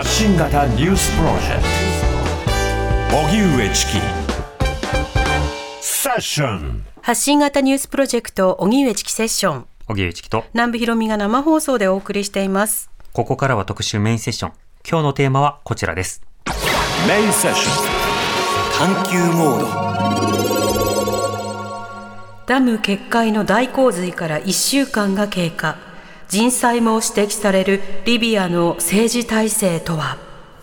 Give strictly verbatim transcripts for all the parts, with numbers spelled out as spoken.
発信型ニュースプロジェクト荻上チキセッション。 発信型ニュースプロジェクト荻上チキセッション、 荻上チキと南部ひろみが生放送でお送りしています。 ここからは特集メインセッション。今日のテーマはこちらです。 メインセッション探求モード。 ダム決壊の大洪水からいっしゅうかんが経過。人災も指摘されるリビアの政治体制とは。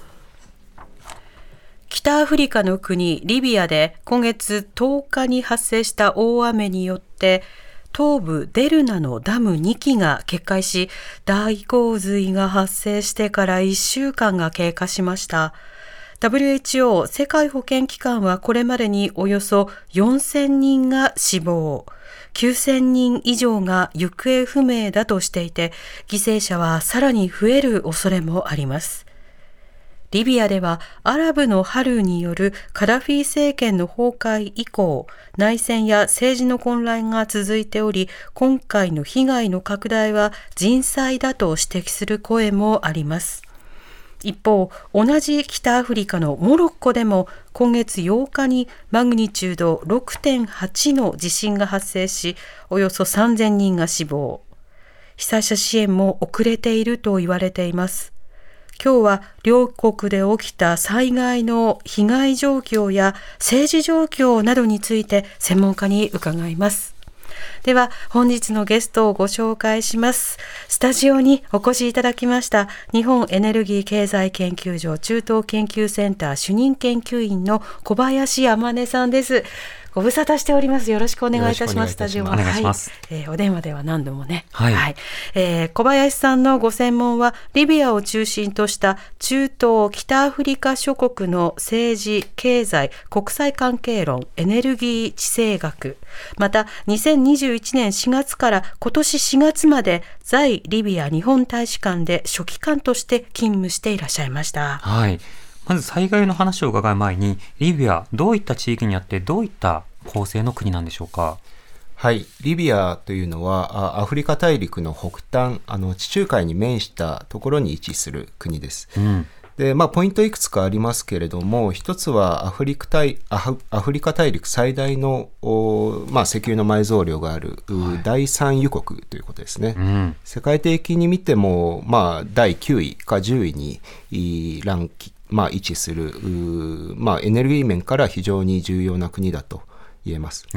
北アフリカの国リビアで今月とおかに発生した大雨によって東部デルナのダムにきが決壊し、大洪水が発生してからいっしゅうかんが経過しました。ダブリューエイチオー 世界保健機関はこれまでにおよそよんせんにんが死亡、きゅうせんにん以上が行方不明だとしていて、犠牲者はさらに増える恐れもあります。リビアではアラブの春によるカダフィ政権の崩壊以降、内戦や政治の混乱が続いており、今回の被害の拡大は人災だと指摘する声もあります。一方、同じ北アフリカのモロッコでも今月ようかにマグニチュード ろくてんはち の地震が発生し、およそさんぜんにんが死亡。被災者支援も遅れていると言われています。今日は両国で起きた災害の被害状況や政治状況などについて専門家に伺います。では本日のゲストをご紹介します。スタジオにお越しいただきました日本エネルギー経済研究所中東研究センター主任研究員の小林天音さんです。ご無沙汰しております。よろしくお願いいたします。スタジオもお願いします。はい、えー、お電話では何度もね、 はいはいえー、小林さんのご専門はリビアを中心とした中東北アフリカ諸国の政治経済国際関係論エネルギー地政学、またにせんにじゅういちねんしがつから今年しがつまで在リビア日本大使館で書記官として勤務していらっしゃいました。 はい、まず災害の話を伺う前に、リビアどういった地域にあってどういった構成の国なんでしょうか。 はい、リビアというのはアフリカ大陸の北端、あの地中海に面したところに位置する国です。うんでまあ、ポイントいくつかありますけれども、一つはアフリカ 大, アフリカ大陸最大の、まあ、石油の埋蔵量がある、はい、第三油国ということですね。うん、世界的に見ても、まあ、だいきゅういかじゅういにランキまあ、位置する、まあ、エネルギー面から非常に重要な国だと言えます。うん、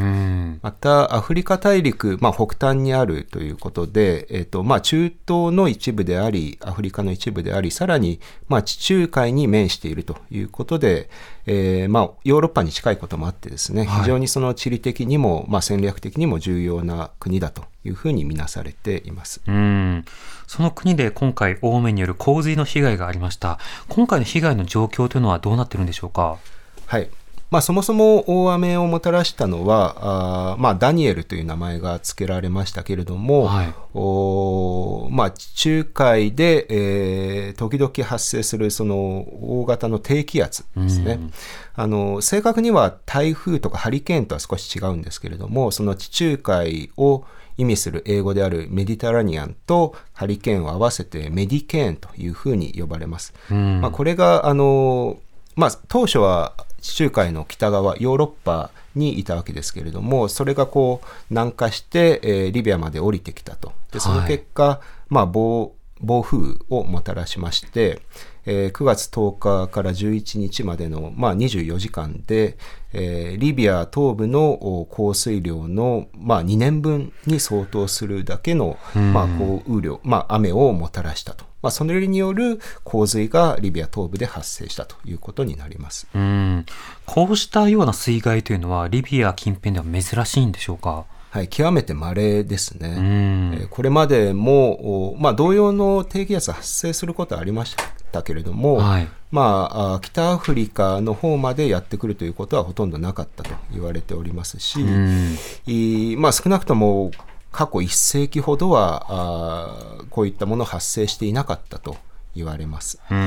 またアフリカ大陸、まあ、北端にあるということで、えーとまあ、中東の一部でありアフリカの一部であり、さらに、まあ、地中海に面しているということで、えーまあ、ヨーロッパに近いこともあってですね、はい、非常にその地理的にも、まあ、戦略的にも重要な国だというふうに見なされています。 うん、その国で今回大雨による洪水の被害がありました。今回の被害の状況というのはどうなっているんでしょうか。 はい、まあ、そもそも大雨をもたらしたのはあ、まあ、ダニエルという名前が付けられましたけれども、はい、おまあ、地中海で、えー、時々発生するその大型の低気圧ですね。あの正確には台風とかハリケーンとは少し違うんですけれども、その地中海を意味する英語であるメディタラニアンとハリケーンを合わせてメディケーンというふうに呼ばれます。まあ、これがあの、まあ、当初は地中海の北側ヨーロッパにいたわけですけれども、それがこう南下して、えー、リビアまで降りてきたと。でその結果、はいまあ、暴, 暴風をもたらしまして、えー、くがつとおかからじゅういちにちまでの、まあ、にじゅうよじかんで、えー、リビア東部の降水量の、まあ、にねんぶんに相当するだけの、まあ、降雨量、まあ、雨をもたらしたと。まあ、それによる洪水がリビア東部で発生したということになります。 うん、こうしたような水害というのはリビア近辺では珍しいんでしょうか。 はい、極めて稀ですね。うん、えー、これまでも、まあ、同様の低気圧発生することはありましたけれども、はいまあ、北アフリカの方までやってくるということはほとんどなかったと言われておりますし、うんいまあ、少なくとも過去いっせいきほどはあこういったもの発生していなかったと言われます。 うん、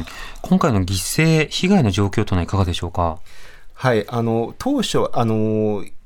今回の犠牲被害の状況というのはいかがでしょうか。 はい、あの当初あの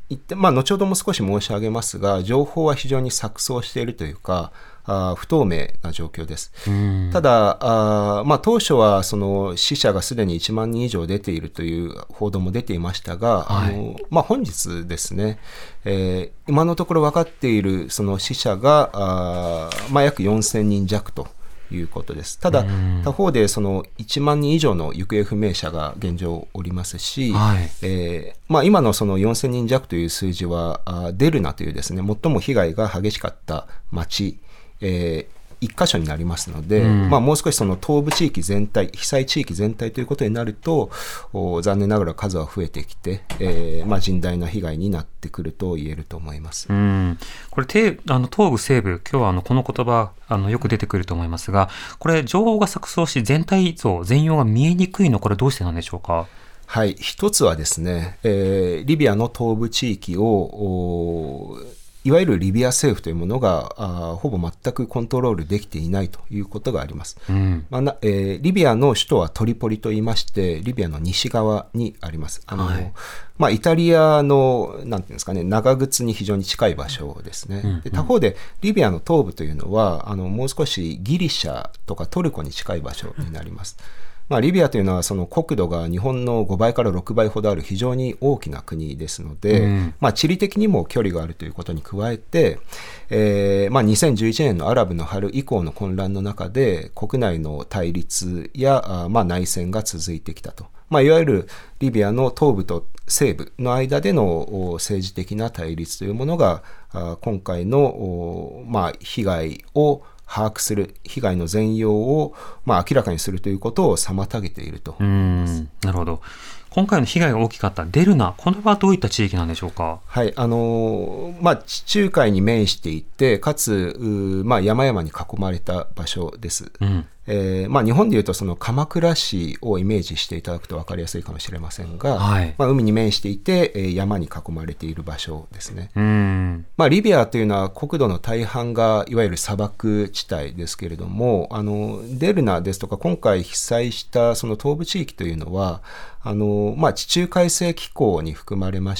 言って、まあ、後ほども少し申し上げますが、情報は非常に錯綜しているというか、あ不透明な状況です。ただ、あまあ、当初はその死者がすでにいちまんにん以上出ているという報道も出ていましたが、はい、あのまあ、本日ですね、えー、今のところ分かっているその死者があ、まあ、約よんせんにん弱ということです。ただ他方でそのいちまんにん以上の行方不明者が現状おりますし、はい、えーまあ、今のそのよんせんにん弱という数字はあデルナというですね、最も被害が激しかった町、えー、一箇所になりますので、うんまあ、もう少しその東部地域全体、被災地域全体ということになると、残念ながら数は増えてきて、えーまあ、甚大な被害になってくると言えると思います。 うんこれてあの東部西部、今日はあのこの言葉あのよく出てくると思いますが、これ情報が錯綜し全体像、全容が見えにくいの、これどうしてなんでしょうか。 はい、一つはですね、えー、リビアの東部地域をいわゆるリビア政府というものがあほぼ全くコントロールできていないということがあります。うんまあなえー、リビアの首都はトリポリといいまして、リビアの西側にあります。あの、はいまあ、イタリアのなんていうんですかね、長靴に非常に近い場所ですね。うんうん、で他方でリビアの東部というのはあのもう少しギリシャとかトルコに近い場所になります。まあ、リビアというのはその国土が日本のごばいからろくばいほどある非常に大きな国ですので、うんまあ、地理的にも距離があるということに加えて、えーまあ、にせんじゅういちねんのアラブの春以降の混乱の中で国内の対立や、まあ、内戦が続いてきたと、まあ、いわゆるリビアの東部と西部の間での政治的な対立というものが今回の、まあ、被害を把握する、被害の全容を、まあ、明らかにするということを妨げていると思います。 うんなるほど。今回の被害が大きかったデルナ、これはどういった地域なんでしょうか。 はい、あのまあ、地中海に面していて、かつ、まあ、山々に囲まれた場所です。うんえーまあ、日本でいうとその鎌倉市をイメージしていただくと分かりやすいかもしれませんが、はいまあ、海に面していて、えー、山に囲まれている場所ですね。うんまあ、リビアというのは国土の大半がいわゆる砂漠地帯ですけれども、あのデルナですとか今回被災したその東部地域というのはあの、まあ、地中海性気候に含まれまして、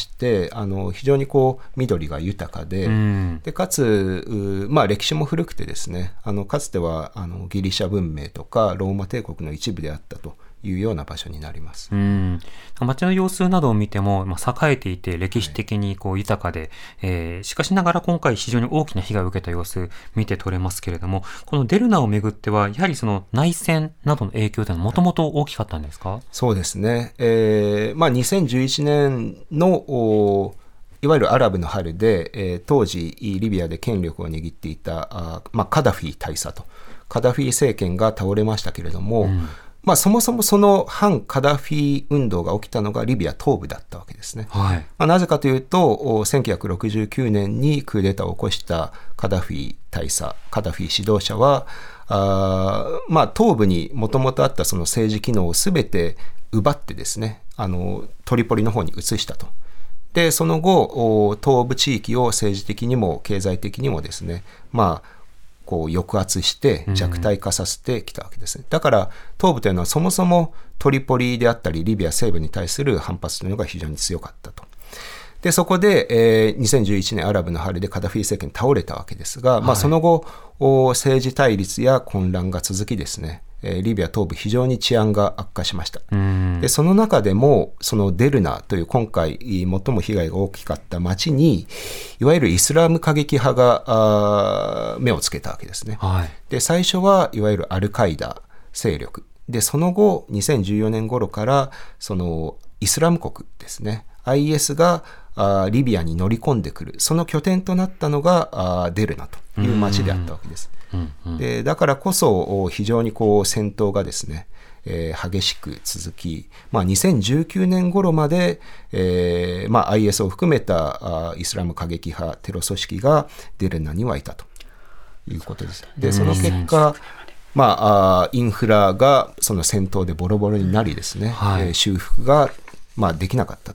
あの非常にこう緑が豊か で, でかつ、まあ、歴史も古くてですね、あのかつてはあのギリシャ文明とかローマ帝国の一部であったというような場所になります。 うん街の様子などを見ても、まあ、栄えていて歴史的にこう豊かで、はいえー、しかしながら今回非常に大きな被害を受けた様子見て取れますけれども、このデルナをめぐってはやはりその内戦などの影響というのはもともと大きかったんですか。はい、 そうですね、えーまあ、にせんじゅういちねんのいわゆるアラブの春で、えー、当時リビアで権力を握っていたあ、まあ、カダフィ大佐とカダフィ政権が倒れましたけれども、うんまあ、そもそもその反カダフィ運動が起きたのがリビア東部だったわけですね。はいまあ、なぜかというとせんきゅうひゃくろくじゅうきゅうねんにクーデターを起こしたカダフィ大佐、カダフィ指導者はあ、まあ、東部にもともとあったその政治機能をすべて奪ってですね、あのトリポリの方に移したと。でその後東部地域を政治的にも経済的にもですね、まあこう抑圧して弱体化させてきたわけですね。だから東部というのはそもそもトリポリであったりリビア西部に対する反発というのが非常に強かったと。でそこで、えー、にせんじゅういちねんアラブの春でカダフィ政権倒れたわけですが、はいまあ、その後政治対立や混乱が続きですね、リビア東部非常に治安が悪化しました。でその中でもそのデルナという今回最も被害が大きかった町にいわゆるイスラム過激派が目をつけたわけですね。はい、で最初はいわゆるアルカイダ勢力で、その後にせんじゅうよねん頃からそのイスラム国ですね、 アイエス があリビアに乗り込んでくる、その拠点となったのがあデルナという町であったわけです。うんうん、でだからこそ非常にこう戦闘がですね、えー、激しく続き、まあ、にせんじゅうきゅうねん頃まで、えーまあ、アイエス を含めたあイスラム過激派テロ組織がデルナにはいたということです。でその結果、まあ、あインフラがその戦闘でボロボロになりですね、はいえー、修復が、まあ、できなかったと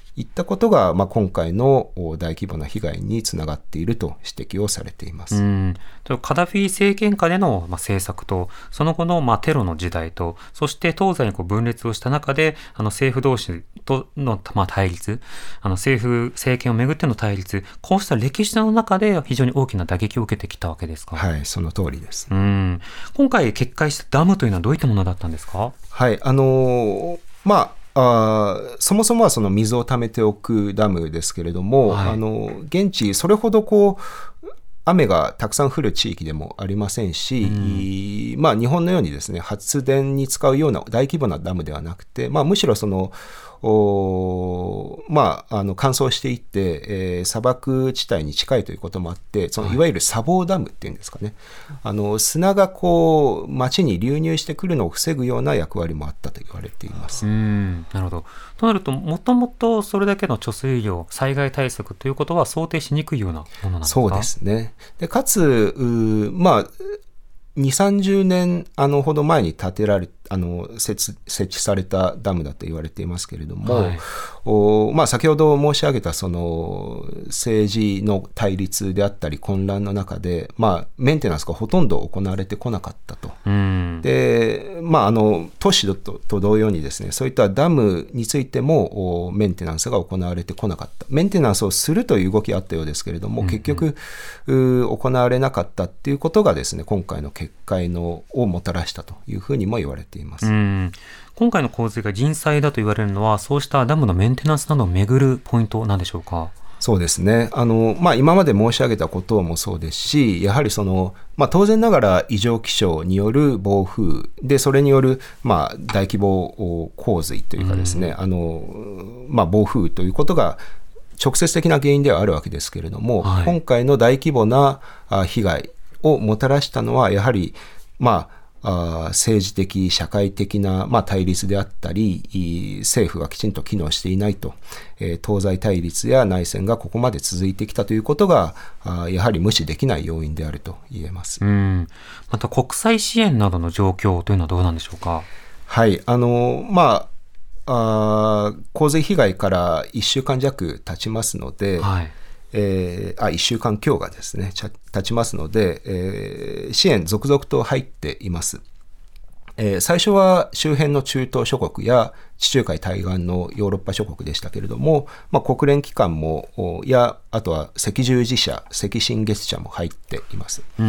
いったことが、まあ、今回の大規模な被害につながっていると指摘をされています。 うん、カダフィ政権下での、まあ、政策と、その後の、まあ、テロの時代と、そして東西にこう分裂をした中で、あの政府同士との、まあ、対立、あの政府政権をめぐっての対立、こうした歴史の中で非常に大きな打撃を受けてきたわけですか。 はい、その通りです。 うん、今回決壊したダムというのはどういったものだったんですか。 はい、あのー、まああそもそもはその水を溜めておくダムですけれども、はい、あの現地それほどこう雨がたくさん降る地域でもありませんし、うん、まあ、日本のようにですね発電に使うような大規模なダムではなくて、まあ、むしろそのおまあ、あの乾燥していって、えー、砂漠地帯に近いということもあって、そのいわゆる砂防ダムっていうんですかね、はい、あの砂がこう町に流入してくるのを防ぐような役割もあったと言われています。 うん、なるほど。となると、もともとそれだけの貯水量、災害対策ということは想定しにくいようなものなんですか。 そうですね。でかつまあにじゅう、さんじゅうねんあのほど前に建てられあの 設, 設置されたダムだと言われていますけれども、はい、おまあ、先ほど申し上げたその政治の対立であったり混乱の中で、まあ、メンテナンスがほとんど行われてこなかったと。うん、で、まあ、あの都市 と, と同様にですね、そういったダムについてもメンテナンスが行われてこなかった。メンテナンスをするという動きあったようですけれども、うんうん、結局行われなかったっていうことがですね、今回の決壊のをもたらしたというふうにも言われています。うん、 今回の洪水が人災だと言われるのは、そうしたダムのメンテナンスなどをめぐるポイントなんでしょうか。 そうですね。あの、まあ、今まで申し上げたこともそうですし、やはりその、まあ、当然ながら異常気象による暴風で、それによる、まあ、大規模洪水というかですね、うん、あの、まあ、暴風ということが直接的な原因ではあるわけですけれども、はい、今回の大規模な被害をもたらしたのは、やはり、まあ、あ政治的社会的な、まあ、対立であったり、政府がきちんと機能していないと、えー、東西対立や内戦がここまで続いてきたということがあやはり無視できない要因であると言えます。 うん、また国際支援などの状況というのはどうなんでしょうか。 はい、あのまあ、あ洪水被害からいっしゅうかん弱経ちますので、はい、えー、あいっしゅうかん強がですね経ちますので、えー、支援続々と入っています。えー、最初は周辺の中東諸国や地中海対岸のヨーロッパ諸国でしたけれども、まあ、国連機関もやあとは赤十字社、赤新月社も入っています。うん、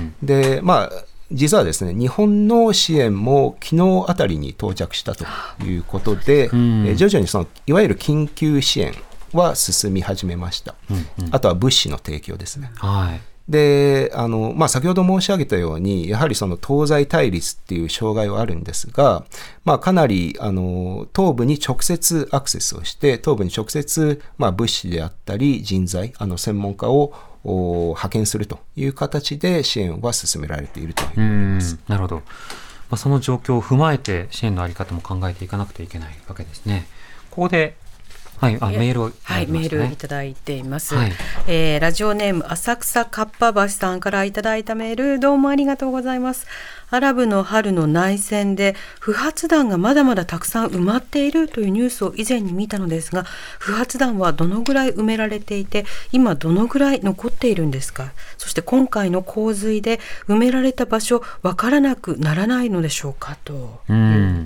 で、まあ実はですね、日本の支援も昨日あたりに到着したということで、うん、えー、徐々にそのいわゆる緊急支援は進み始めました。うんうん、あとは物資の提供ですね。はい、であの、まあ、先ほど申し上げたように、やはりその東西対立っていう障害はあるんですが、まあ、かなりあの東部に直接アクセスをして、東部に直接、まあ、物資であったり人材、あの専門家を派遣するという形で支援は進められているということです。 なるほど。まあ、その状況を踏まえて支援の在り方も考えていかなくてはいけないわけですね。ここではい、あメールをいただいてますね。はい、メールいただいています。はい、 えー、ラジオネーム浅草かっぱ橋さんからいただいたメール、どうもありがとうございます。アラブの春の内戦で不発弾がまだまだたくさん埋まっているというニュースを以前に見たのですが、不発弾はどのぐらい埋められていて、今どのぐらい残っているんですか。そして今回の洪水で埋められた場所わからなくならないのでしょうかと。うん、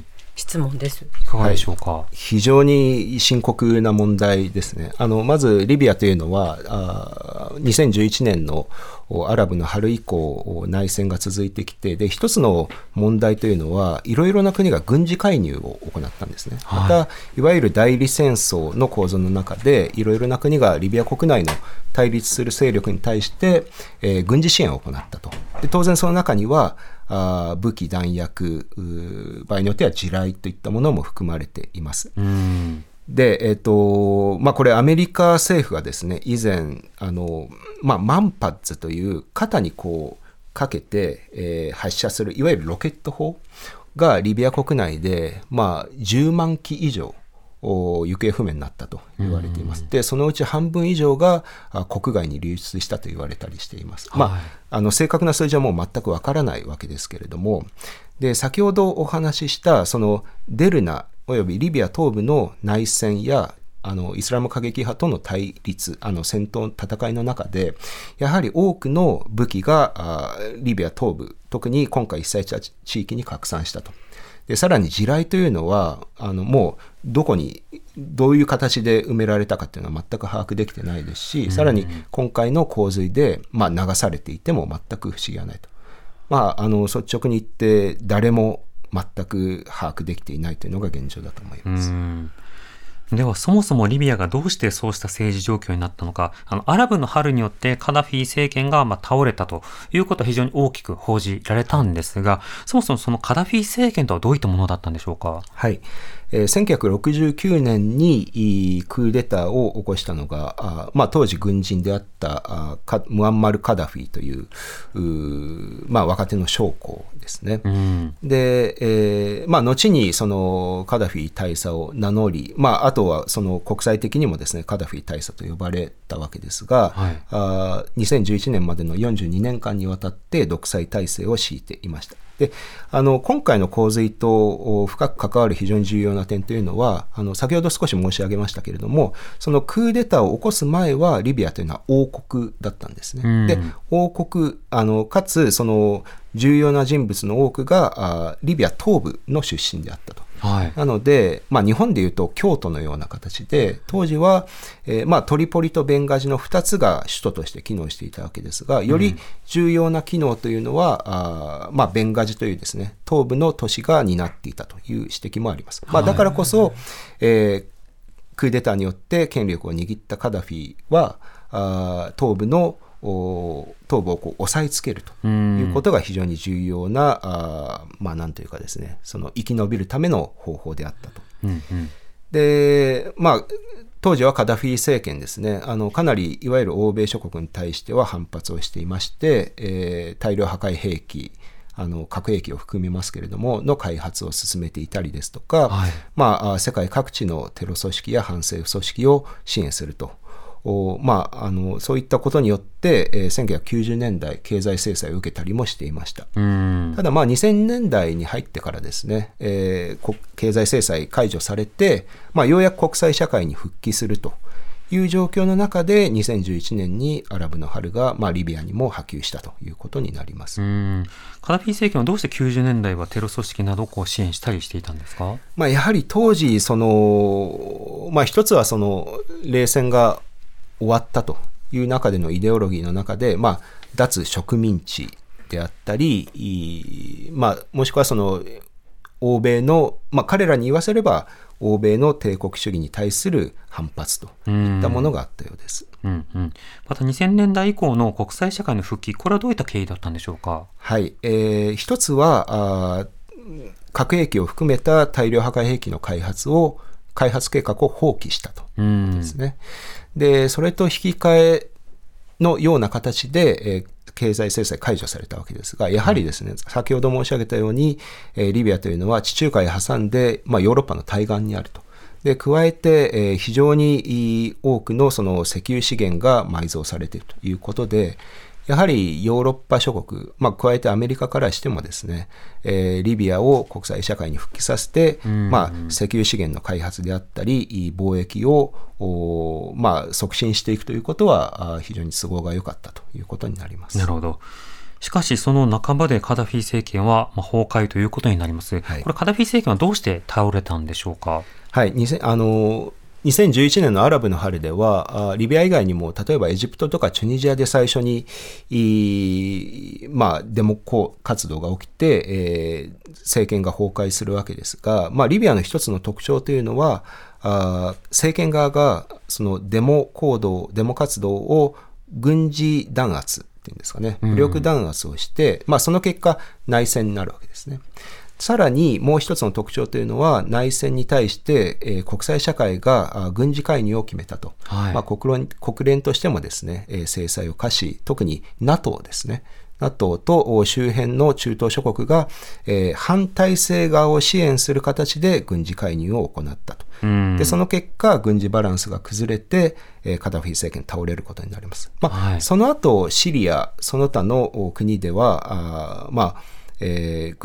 質問です。 いかがでしょうか。はい、 非常に深刻な問題ですね。あのまずリビアというのはあにせんじゅういちねんのアラブの春以降内戦が続いてきて、で一つの問題というのはいろいろな国が軍事介入を行ったんですね。また、はい、いわゆる代理戦争の構造の中でいろいろな国がリビア国内の対立する勢力に対して、えー、軍事支援を行ったと。で当然その中にはあ武器弾薬、場合によっては地雷といったものも含まれています。うん、で、えーとまあ、これアメリカ政府がですね以前あの、まあ、マンパッツという肩にこうかけて、えー、発射するいわゆるロケット砲がリビア国内で、まあ、じゅうまんき以上行方不明になったと言われています。でそのうち半分以上が国外に流出したと言われたりしています。はい、まあ、あの正確な数字はもう全くわからないわけですけれども、で先ほどお話ししたそのデルナおよびリビア東部の内戦やあのイスラム過激派との対立、あの戦闘戦いの中でやはり多くの武器があリビア東部、特に今回被災した地域に拡散したと。でさらに地雷というのはあのもうどこにどういう形で埋められたかっていうのは全く把握できてないですし、うん、さらに今回の洪水で、まあ、流されていても全く不思議はないと、まあ、あの率直に言って誰も全く把握できていないというのが現状だと思います。 うん、ではそもそもリビアがどうしてそうした政治状況になったのか、あのアラブの春によってカダフィ政権がまあ倒れたということは非常に大きく報じられたんですが、そもそもそのカダフィ政権とはどういったものだったんでしょうか。 はい、えー、せんきゅうひゃくろくじゅうきゅうねんにクーデターを起こしたのが、あ、まあ、当時軍人であったあムアンマル・カダフィという、う、まあ、若手の将校ですね。うん、で、えーまあ、後にそのカダフィ大佐を名乗り、まあ、あとはその国際的にもですねカダフィ大佐と呼ばれたわけですが、はい、あにせんじゅういちねんまでのよんじゅうにねんかんにわたって独裁体制を敷いていました。であの今回の洪水と深く関わる非常に重要な点というのは、あの先ほど少し申し上げましたけれども、そのクーデターを起こす前はリビアというのは王国だったんですね。うん、で王国あのかつその重要な人物の多くがあリビア東部の出身であったと。はい、なので、まあ、日本でいうと京都のような形で当時は、えーまあ、トリポリとベンガジのふたつが首都として機能していたわけですが、より重要な機能というのは、うん、あまあ、ベンガジというですね東部の都市が担っていたという指摘もあります。まあ、だからこそ、はい、えー、クーデターによって権力を握ったカダフィはあ東部の東部をこう押さえつけるということが非常に重要な、あまあなんというかですね、その生き延びるための方法であったと。うんうん、で、まあ当時はカダフィ政権ですね、あのかなりいわゆる欧米諸国に対しては反発をしていまして、えー、大量破壊兵器、あの核兵器を含みますけれどもの開発を進めていたりですとか、はい、まあ世界各地のテロ組織や反政府組織を支援すると。まあ、あのそういったことによって、えー、せんきゅうひゃくきゅうじゅうねんだい経済制裁を受けたりもしていました。うん、ただ、まあ、にせんねんだいに入ってからですね、えー、経済制裁解除されて、まあ、ようやく国際社会に復帰するという状況の中でにせんじゅういちねんにアラブの春が、まあ、リビアにも波及したということになります。 うん、カダフィ政権はどうしてきゅうじゅうねんだいはテロ組織などをこう支援したりしていたんですか。 まあ、やはり当時その、まあ、一つはその冷戦が終わったという中でのイデオロギーの中で、まあ、脱植民地であったり、まあ、もしくはその欧米の、まあ、彼らに言わせれば欧米の帝国主義に対する反発といったものがあったようです。 うんうん、またにせんねんだい以降の国際社会の復帰、これはどういった経緯だったんでしょうか。 はい、えー、一つはあ核兵器を含めた大量破壊兵器の開発を開発計画を放棄したということですね。でそれと引き換えのような形で、えー、経済制裁解除されたわけですが、やはりですね、うん、先ほど申し上げたように、えー、リビアというのは地中海を挟んで、まあ、ヨーロッパの対岸にあると。で加えて、えー、非常に多くのその石油資源が埋蔵されているということで、やはりヨーロッパ諸国、まあ、加えてアメリカからしてもですね、えー、リビアを国際社会に復帰させて、まあ、石油資源の開発であったり貿易を、まあ、促進していくということは非常に都合が良かったということになります。 なるほど。しかしその半ばでカダフィ政権は崩壊ということになります。はい、これカダフィ政権はどうして倒れたんでしょうか。 はい、あのにせんじゅういちねんのアラブの春では、リビア以外にも例えばエジプトとかチュニジアで最初に、まあ、デモ活動が起きて、えー、政権が崩壊するわけですが、まあ、リビアの一つの特徴というのは、あ政権側がそのデモ行動、デモ活動を軍事弾圧っていうんですかね、武力弾圧をして、うんまあ、その結果内戦になるわけですね。さらにもう一つの特徴というのは、内戦に対して、えー、国際社会が軍事介入を決めたと、はいまあ、国連、国連としてもですね、えー、制裁を科し、特に NATO ですね、NATO と周辺の中東諸国が、えー、反体制側を支援する形で軍事介入を行ったと。でその結果、軍事バランスが崩れて、えー、カダフィ政権倒れることになります。まあはい、その後、シリア、その他の国では、あまあえー、軍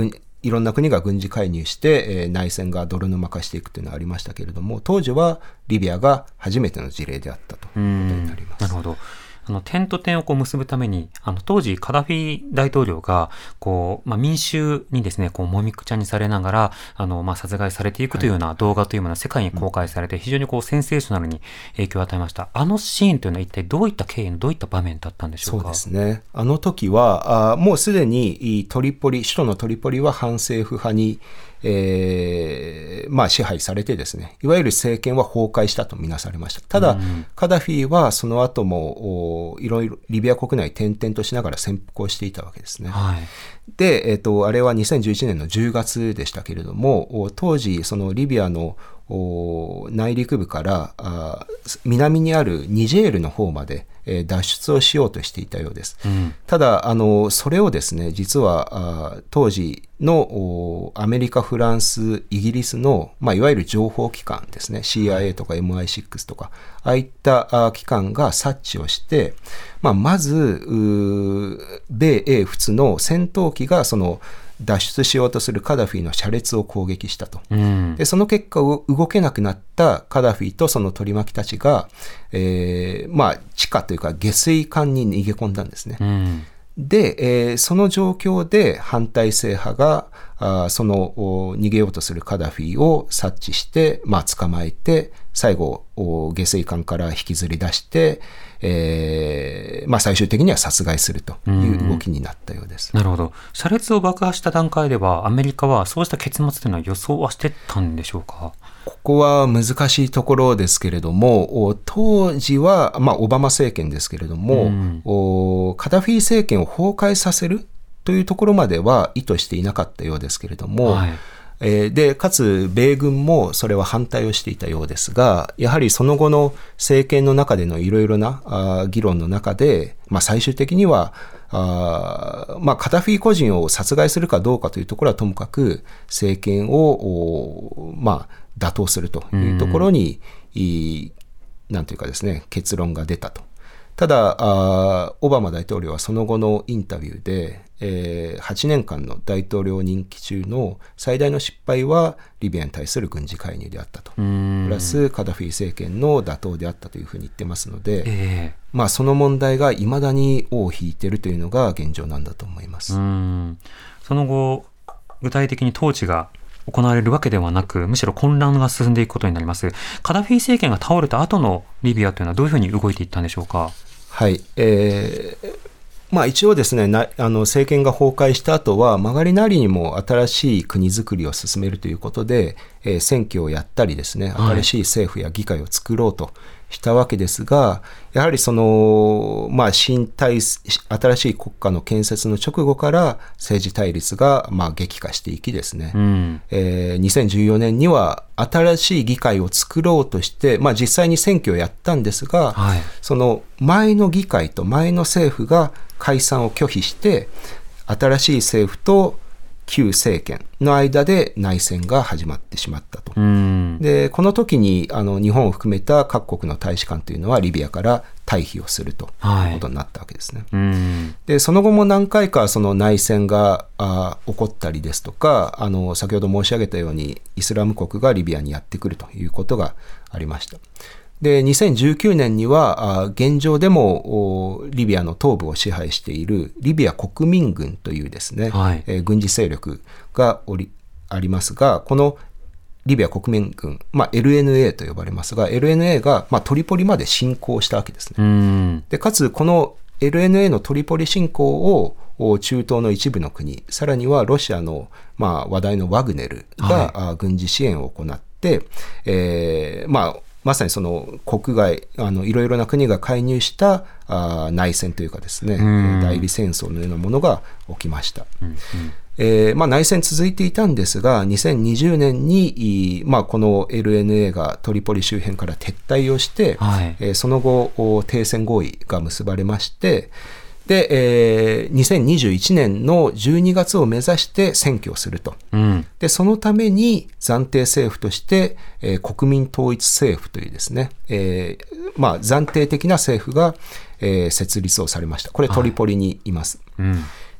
いろんな国が軍事介入して、えー、内戦が泥沼化していくというのはありましたけれども、当時はリビアが初めての事例であったということになります。 なるほど。あの点と点をこう結ぶために、あの当時カダフィ大統領がこう、まあ、民衆にですねこうもみくちゃにされながらあの、まあ、殺害されていくというような動画というものが世界に公開されて、非常にこうセンセーショナルに影響を与えました。あのシーンというのは一体どういった経緯のどういった場面だったんでしょうか。 そうですね。あの時はあもうすでにトリポリ首都のトリポリは反政府派にえーまあ、支配されてですね、いわゆる政権は崩壊したとみなされました。ただ、うん、カダフィはその後もいろいろリビア国内転々としながら潜伏をしていたわけですね。はい、で、えーと、あれはにせんじゅういちねんのじゅうがつでしたけれども、当時そのリビアの内陸部からあ南にあるニジェールの方まで脱出をしようとしていたようです。うん、ただあのそれをですね、実は当時のアメリカ、フランス、イギリスの、まあ、いわゆる情報機関ですね、 シーアイエー とか エムアイシックス とかああいった機関が察知をして、まあ、まず米英仏の戦闘機がその脱出しようとするカダフィの車列を攻撃したと。うん、でその結果動けなくなったカダフィとその取り巻きたちが、えーまあ、地下というか下水管に逃げ込んだんですね。うん、で、えー、その状況で反体制派があその逃げようとするカダフィを察知して、まあ、捕まえて最後下水管から引きずり出して、えーまあ、最終的には殺害するという動きになったようです。 なるほど。車列を爆破した段階ではアメリカはそうした結末というのは予想はしてたんでしょうか。 ここは難しいところですけれども、当時は、まあ、オバマ政権ですけれども、うん、カダフィ政権を崩壊させるというところまでは意図していなかったようですけれども、はい、えー、でかつ米軍もそれは反対をしていたようですが、やはりその後の政権の中でのいろいろなあ議論の中で、まあ、最終的にはあ、まあ、カダフィ個人を殺害するかどうかというところはともかく政権を、まあ、打倒するというところに、なんというかですね、結論が出たと。ただあオバマ大統領はその後のインタビューで、えー、はちねんかんの大統領任期中の最大の失敗はリビアに対する軍事介入であったと、プラスカダフィ政権の打倒であったというふうに言ってますので、えーまあ、その問題がいまだに尾を引いているというのが現状なんだと思います。 うーん、その後具体的に統治が行われるわけではなく、むしろ混乱が進んでいくことになります。カダフィ政権が倒れた後のリビアというのはどういうふうに動いていったんでしょうか。 はい、えーまあ、一応ですね、なあの政権が崩壊した後は曲がりなりにも新しい国づくりを進めるということで、えー、選挙をやったりですね、新しい政府や議会を作ろうとしたわけですが、はい、やはりその、まあ、新体新しい国家の建設の直後から政治対立がまあ激化していきですね、うんえー、にせんじゅうよねんには新しい議会を作ろうとして、まあ、実際に選挙をやったんですが、はい、その前の議会と前の政府が解散を拒否して新しい政府と旧政権の間で内戦が始まってしまったと。うんでこの時にあの日本を含めた各国の大使館というのはリビアから退避をするということになったわけですね。はい、うんでその後も何回かその内戦があ起こったりですとか、あの先ほど申し上げたようにイスラム国がリビアにやってくるということがありました。でにせんじゅうきゅうねんには現状でもリビアの東部を支配しているリビア国民軍というですね、はいえー、軍事勢力がおりありますが、このリビア国民軍、まあ、エルエヌエー と呼ばれますが エルエヌエー が、まあ、トリポリまで侵攻したわけですね。うんでかつこの エルエヌエー のトリポリ侵攻を中東の一部の国、さらにはロシアの、まあ、話題のワグネルが、はい、軍事支援を行って、えーまあまさにその国外あのいろいろな国が介入したあ内戦というかですね、代理戦争のようなものが起きました。うんうんえーまあ、内戦続いていたんですが、にせんにじゅうねんに、まあ、この エルエヌエー がトリポリ周辺から撤退をして、はいえー、その後停戦合意が結ばれまして、で、えー、にせんにじゅういちねんのじゅうにがつを目指して選挙をすると、うん、でそのために暫定政府として、えー、国民統一政府というですね、えーまあ、暫定的な政府が、えー、設立をされました。これトリポリにいます。はいうん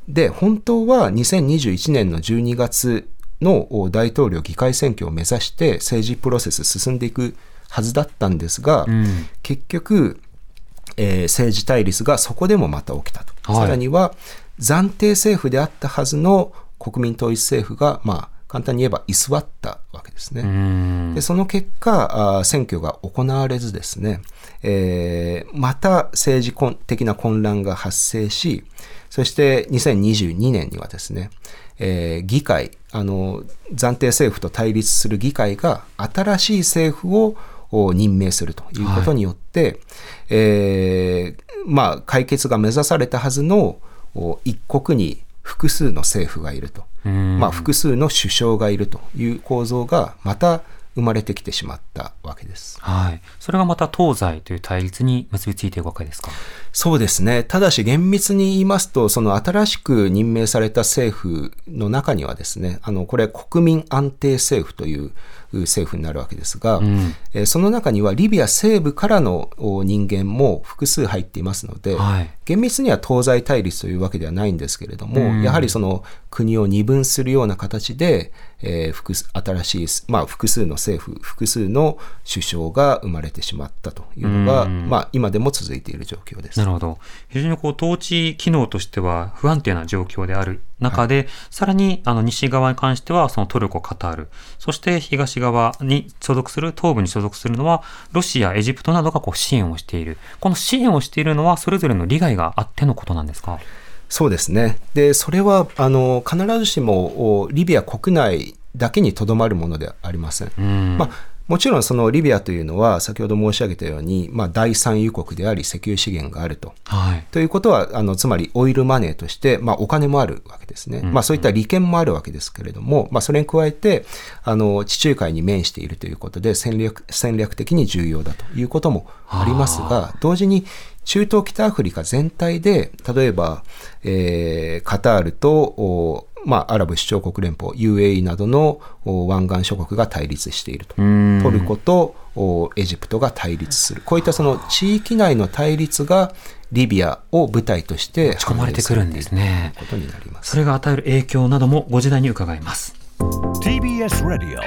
で、本当はにせんにじゅういちねんのじゅうにがつの大統領議会選挙を目指して政治プロセス進んでいくはずだったんですが、うん、結局、えー、政治対立がそこでもまた起きたと。はい、さらには暫定政府であったはずの国民統一政府が、まあ、簡単に言えば居座ったわけですね。うんでその結果、選挙が行われずですね、えー、また政治的な混乱が発生し、そしてにせんにじゅうにねんにはですね、えー、議会、あの暫定政府と対立する議会が新しい政府を任命するということによって、はい、えーまあ、解決が目指されたはずの一国に複数の政府がいると、まあ、複数の首相がいるという構造がまた生まれてきてしまったわけです。 はい、それがまた東西という対立に結びついているわけですか。 そうですね。ただし厳密に言いますと、その新しく任命された政府の中にはですね、あのこれ国民安定政府という政府になるわけですが、うんえー、その中にはリビア西部からの人間も複数入っていますので、はい、厳密には東西対立というわけではないんですけれども、うん、やはりその国を二分するような形で、えー、複新しい、まあ、複数の政府複数の首相が生まれてしまったというのが、うんまあ、今でも続いている状況です。 なるほど。非常にこう統治機能としては不安定な状況である中で、はい、さらにあの西側に関してはそのトルコ、カタール、そして東側に所属する東部に所属するのはロシア、エジプトなどがこう支援をしている。この支援をしているのはそれぞれの利害があってのことなんですか。 そうですね。で、それはあの必ずしもリビア国内だけにとどまるものではありません。うんまあもちろんそのリビアというのは先ほど申し上げたように、まあ、第三油国であり石油資源があると、はい、ということはあのつまりオイルマネーとして、まあ、お金もあるわけですね、うんうんまあ、そういった利権もあるわけですけれども、まあ、それに加えてあの地中海に面しているということで戦略、戦略的に重要だということもありますが、同時に中東北アフリカ全体で例えば、えー、カタールとまあ、アラブ首長国連邦 ユーエーイー などの湾岸諸国が対立していると。トルコとエジプトが対立する。こういったその地域内の対立がリビアを舞台として持ち込まれてくるんですね。 ことになります。 それが与える影響などもご時代に伺います。 ティービーエス Radio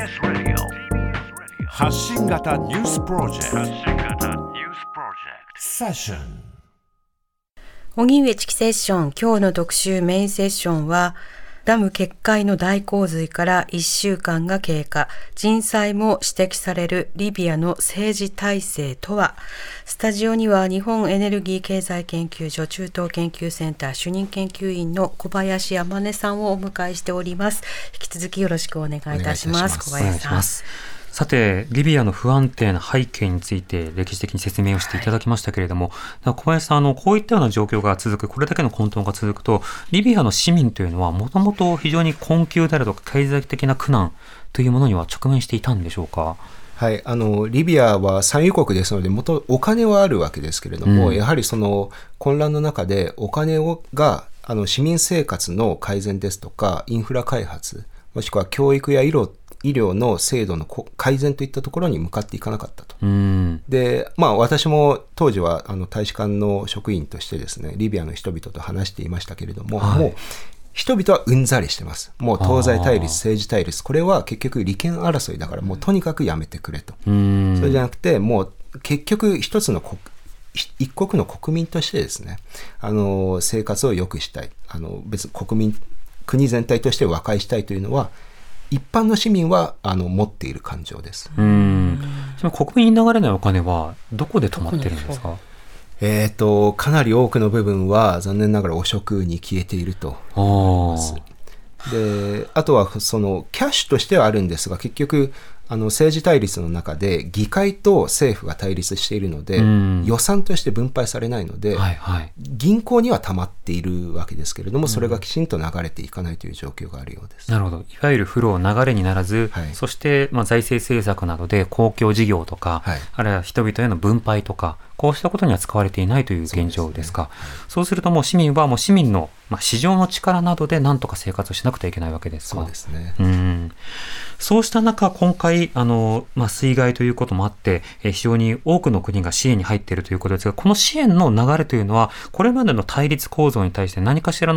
発信型ニュースプロジェクトセッション荻上チキセッション、今日の特集メインセッションはダム決壊の大洪水からいっしゅうかんが経過、人災も指摘されるリビアの政治体制とは。スタジオには日本エネルギー経済研究所中東研究センター主任研究員の小林天音さんをお迎えしております。引き続きよろしくお願いいたします。小林さん。 さて、リビアの不安定な背景について歴史的に説明をしていただきましたけれども、はい、小林さん、あのこういったような状況が続く、これだけの混沌が続くと、リビアの市民というのはもともと非常に困窮であるとか経済的な苦難というものには直面していたんでしょうか。 はい、あのリビアは産油国ですので元お金はあるわけですけれども、うん、やはりその混乱の中でお金をがあの市民生活の改善ですとかインフラ開発、もしくは教育や医療医療の制度の改善といったところに向かっていかなかったと。うんで、まあ、私も当時はあの大使館の職員としてですね、リビアの人々と話していましたけれども、はい、もう人々はうんざりしてます。もう東西対立、政治対立、これは結局利権争いだからもうとにかくやめてくれと。うんそれじゃなくて、もう結局一つの国一国の国民としてですね、あの生活を良くしたい、あの別に国民国全体として和解したいというのは一般の市民はあの持っている感情です。 うーん国民に流れないお金はどこで止まってるんですか。 えーと、かなり多くの部分は残念ながら汚職に消えていると思います。で、あとはそのキャッシュとしてはあるんですが、結局あの政治対立の中で議会と政府が対立しているので、うん、予算として分配されないので、はいはい、銀行には溜まっているわけですけれども、それがきちんと流れていかないという状況があるようです。 なるほど。いわゆるフロー流れにならず、はい、そして、まあ、財政政策などで公共事業とか、はい、あるいは人々への分配とか、こうしたことには使われていないという現状ですか。そうですね。はい、そうするともう市民はもう市民の、まあ、市場の力などで何とか生活をしなくてはいけないわけですか。 そうですね。 うん、そうした中、今回あの、まあ、水害ということもあって、え非常に多くの国が支援に入っているということですが、この支援の流れというのはこれまでの対立構造に対して何かしらの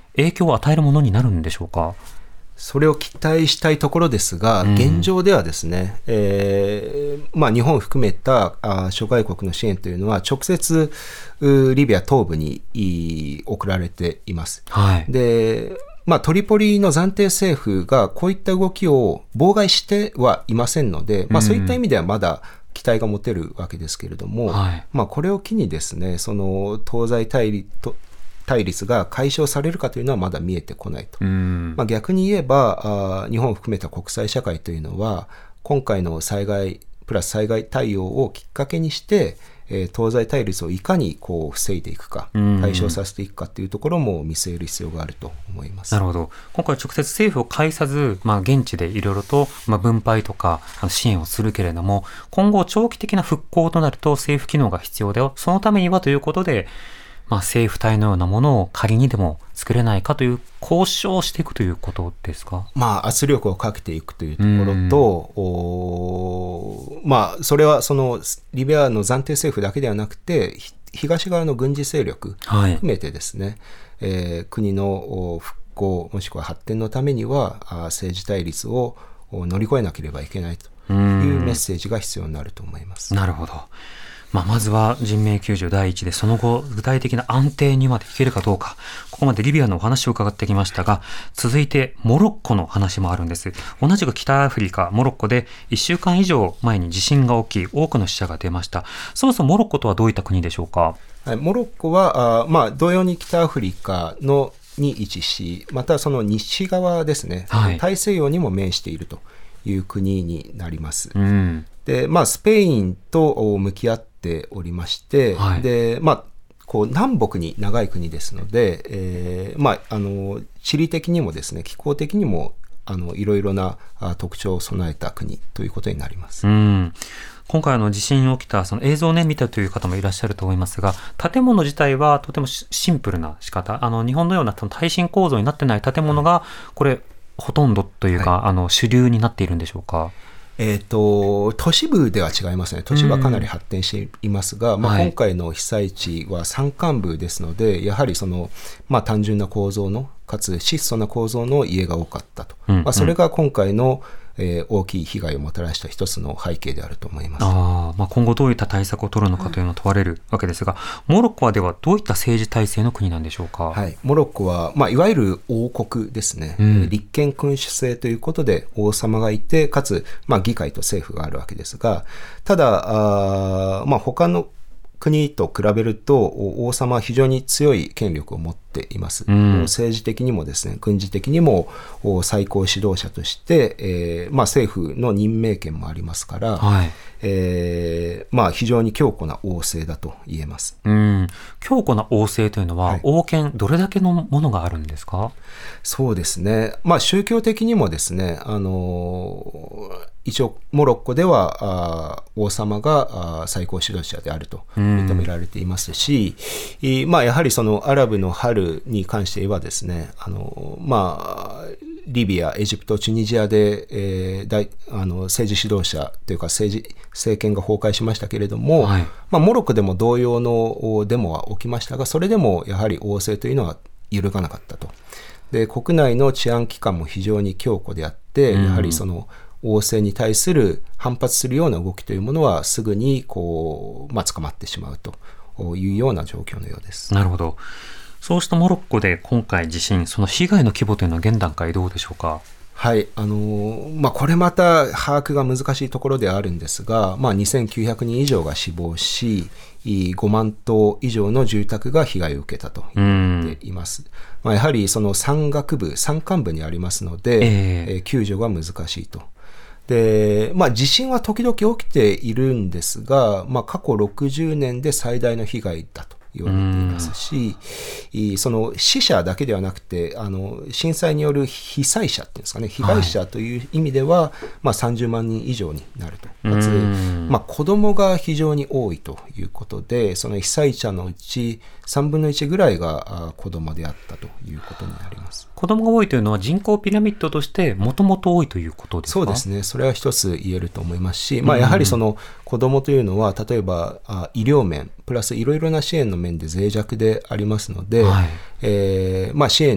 影響を与えるものになるんでしょうか。 それを期待したいところですが、現状ではですね、うんえーまあ、日本を含めたあ諸外国の支援というのは直接リビア東部に送られています。はい、でまあ、トリポリの暫定政府がこういった動きを妨害してはいませんので、まあ、そういった意味ではまだ期待が持てるわけですけれども、はいまあ、これを機にですね、その東西対立と対立が解消されるかというのはまだ見えてこないと。うんまあ、逆に言えばあ日本を含めた国際社会というのは今回の災害プラス災害対応をきっかけにして、えー、東西対立をいかにこう防いでいくか解消させていくかというところも見据える必要があると思います。 なるほど。今回直接政府を介さず、まあ、現地でいろいろと、まあ、分配とか支援をするけれども、今後長期的な復興となると政府機能が必要だよ、そのためにはということでまあ、政府隊のようなものを仮にでも作れないかという交渉をしていくということですか。 まあ、圧力をかけていくというところと、おまあ、それはそのリビアの暫定政府だけではなくて東側の軍事勢力含めてですね、はいえー、国の復興もしくは発展のためには政治対立を乗り越えなければいけないというメッセージが必要になると思います。 なるほど。まあ、まずは人命救助第一で、その後具体的な安定にまでいけるかどうか、ここまでリビアのお話を伺ってきましたが、続いてモロッコの話もあるんです。同じく北アフリカモロッコでいっしゅうかん以上前に地震が起き、多くの死者が出ました。そもそもモロッコとはどういった国でしょうか。 はい、モロッコはあ、まあ、同様に北アフリカのに位置し、またその西側ですね、はい、大西洋にも面しているという国になります。うんでまあ、スペインと向き合っておりまして、はい、でまあ、こう南北に長い国ですので、えーまあ、あの地理的にもですね、気候的にもあのいろいろな特徴を備えた国ということになります。 うん今回の地震起きたその映像を、ね、見たという方もいらっしゃると思いますが、建物自体はとてもシンプルな仕方、あの日本のような耐震構造になってない建物がこれほとんどというか、はい、あの主流になっているんでしょうか。 えー、と都市部では違いますね。都市部はかなり発展していますが、うんまあ、今回の被災地は山間部ですので、はい、やはりその、まあ、単純な構造のかつ質素な構造の家が多かったと、うんうんまあ、それが今回のえー、大きい被害をもたらした一つの背景であると思います。 あ、まあ、今後どういった対策を取るのかというのを問われるわけですが、モロッコはではどういった政治体制の国なんでしょうか。 はい、モロッコは、まあ、いわゆる王国ですね、うん、立憲君主制ということで王様がいて、かつ、まあ、議会と政府があるわけですが、ただあ、まあ、他の国と比べると王様は非常に強い権力を持っています、うん、政治的にもですね、軍事的にも最高指導者として、えーまあ、政府の任命権もありますから、はいえーまあ、非常に強固な王政だと言えます。 うん、強固な王政というのは、はい、王権どれだけのものがあるんですか。 そうですね、まあ、宗教的にもですね、あの一応モロッコではあ王様があ最高指導者であると認められていますし、まあ、やはりそのアラブの春に関して言えばですね、あの、まあ、リビア、エジプト、チュニジアで、えー、大あの政治指導者というか政治政権が崩壊しましたけれども、はいまあ、モロッコでも同様のデモは起きましたが、それでもやはり王政というのは揺るがなかったと。で、国内の治安機関も非常に強固であって、やはりその王政に対する反発するような動きというものはすぐにこう、まあ、捕まってしまうというような状況のようです。 なるほど。そうしたモロッコで今回地震、その被害の規模というのは現段階どうでしょうか。 はい、あのまあ、これまた把握が難しいところではあるんですが、まあ、にせんきゅうひゃくにん以上が死亡し、ごまんとう以上の住宅が被害を受けたと言っています。まあ、やはりその山岳部、山間部にありますので、えー、救助が難しいと。でまあ、地震は時々起きているんですが、まあ、過去ろくじゅうねんで最大の被害だと言われていますし、その死者だけではなくて、あの震災による被災者っていうんですかね、被害者という意味では、はいまあ、さんじゅうまんにん以上になると。かつ、まあ、子供が非常に多いということで、その被災者のうちさんぶんのいちぐらいが子供であったということになります。 子供が多いというのは人口ピラミッドとしてもともと多いということですか。 そうですね、それは一つ言えると思いますし、まあ、やはりその子供というのは例えばあ医療面プラスいろいろな支援の面で脆弱でありますので、はいえーまあ、支援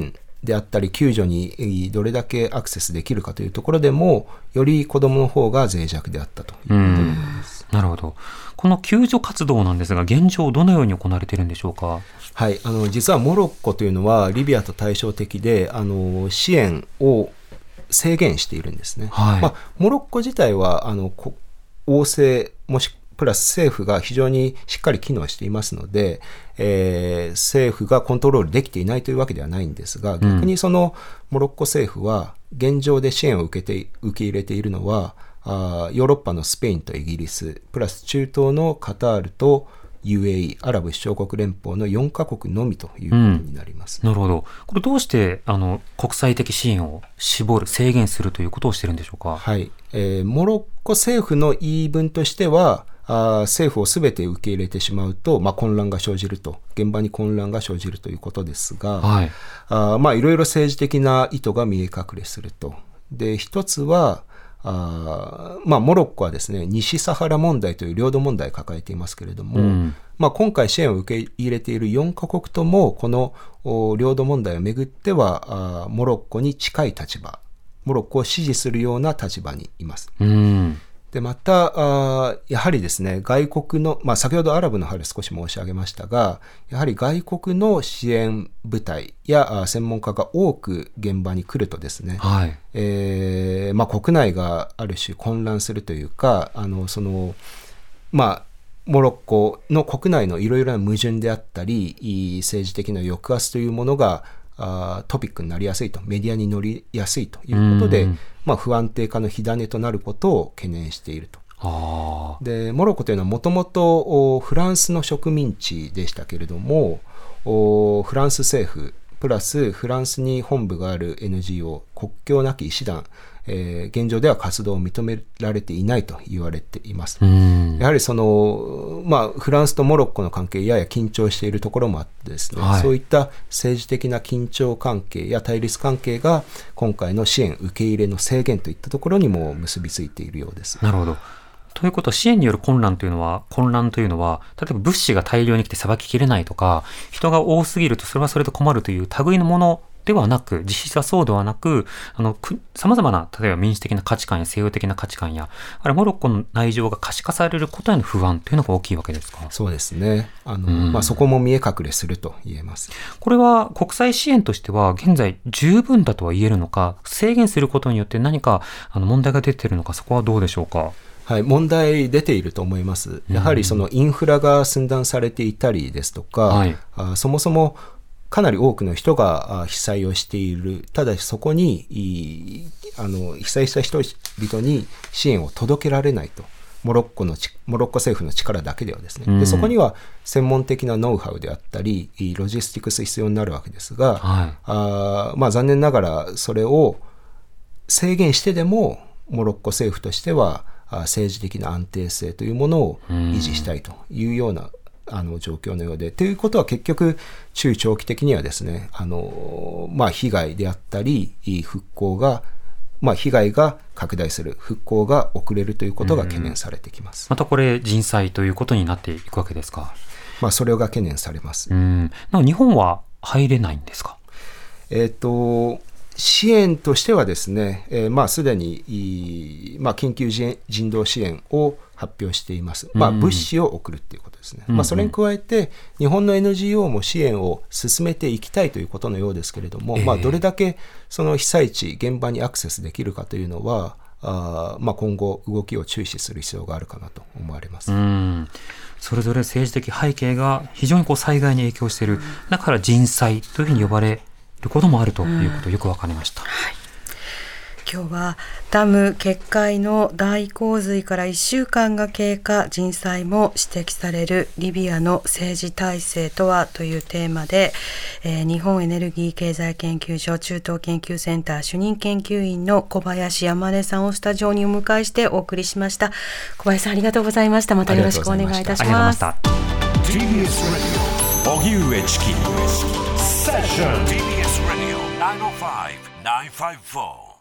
であったり救助にどれだけアクセスできるかというところでもより子どもの方が脆弱であったということになります。 なるほど。この救助活動なんですが現状どのように行われているんでしょうか。 はい、あの実はモロッコというのはリビアと対照的であの支援を制限しているんですね。はい、まあ、モロッコ自体はあの王政もしプラス政府が非常にしっかり機能していますので、えー、政府がコントロールできていないというわけではないんですが、逆にそのモロッコ政府は現状で支援を受けて受け入れているのはあヨーロッパのスペインとイギリスプラス中東のカタールと ユーエーイー アラブ首長国連邦のよんカ国のみということになります。 うん、なるほど。これどうしてあの国際的支援を絞る制限するということをしているんでしょうか。 はい、えー、モロッコ政府の言い分としてはあ政府をすべて受け入れてしまうと、まあ、混乱が生じると現場に混乱が生じるということですが、はい、あまあいろいろ政治的な意図が見え隠れすると。で一つはあ、まあ、モロッコはですね西サハラ問題という領土問題を抱えていますけれども、うんまあ、今回支援を受け入れているよんカ国ともこの領土問題をめぐってはあモロッコに近い立場モロッコを支持するような立場にいます。うんでまたあやはりですね外国の、まあ、先ほどアラブの春少し申し上げましたがやはり外国の支援部隊や専門家が多く現場に来るとですね、はいえーまあ、国内がある種混乱するというかあのそのまあモロッコの国内のいろいろな矛盾であったり政治的な抑圧というものがあトピックになりやすいとメディアに乗りやすいということで、まあ、不安定化の火種となることを懸念していると。あでモロッコというのはもともとフランスの植民地でしたけれどもフランス政府プラスフランスに本部がある エヌジーオー 国境なき医師団、えー、現状では活動を認められていないと言われています。やはりその、まあ、フランスとモロッコの関係やや緊張しているところもあってですね、はい、そういった政治的な緊張関係や対立関係が今回の支援受け入れの制限といったところにも結びついているようです。 なるほど。ということは支援による混乱というのは混乱というのは例えば物資が大量に来てさばききれないとか人が多すぎるとそれはそれで困るという類のものではなく実質はそうではなくあの様々な例えば民主的な価値観や西洋的な価値観やあれモロッコの内情が可視化されることへの不安というのが大きいわけですか。 そうですねあの、うんまあ、そこも見え隠れすると言えます。 これは国際支援としては現在十分だとは言えるのか制限することによって何かあの問題が出ているのかそこはどうでしょうか。 はい、問題出ていると思います。やはりそのインフラが寸断されていたりですとか、はい、あそもそもかなり多くの人が被災をしている。ただしそこにあの被災した人々に支援を届けられないと。モロッコのモロッコ政府の力だけではですね。でそこには専門的なノウハウであったりロジスティクス必要になるわけですが、はい、あまあ、残念ながらそれを制限してでもモロッコ政府としては政治的な安定性というものを維持したいというようなあの状況のようで、ということは結局中長期的にはですねあの、まあ、被害であったり復興が、まあ、被害が拡大する復興が遅れるということが懸念されてきます。 またこれ人災ということになっていくわけですか。 まあ、それが懸念されます。 うんなんか日本は入れないんですか。 えっと支援としてはですね、えー、まあすでに、まあ、緊急人道支援を発表しています。まあ、物資を送るということですね。うんうんまあ、それに加えて日本の エヌジーオー も支援を進めていきたいということのようですけれども、えーまあ、どれだけその被災地現場にアクセスできるかというのはあ、まあ、今後動きを注視する必要があるかなと思われます。 うんそれぞれ政治的背景が非常にこう災害に影響している。だから人災というふうに呼ばれることもあるということよく分かりました。うんはい、 今日はダム決壊の大洪水からいっしゅうかんが経過人災も指摘されるリビアの政治体制とはというテーマで、えー、日本エネルギー経済研究所中東研究センター主任研究員の小林山根さんをスタジオにお迎えしてお送りしました。小林さんありがとうございました。またよろしくお願いいたします。 ありがとうございました。 ティービーエス Radio 荻上チキセッション ティービーエス Radio ナインオーファイブ ナインファイブフォー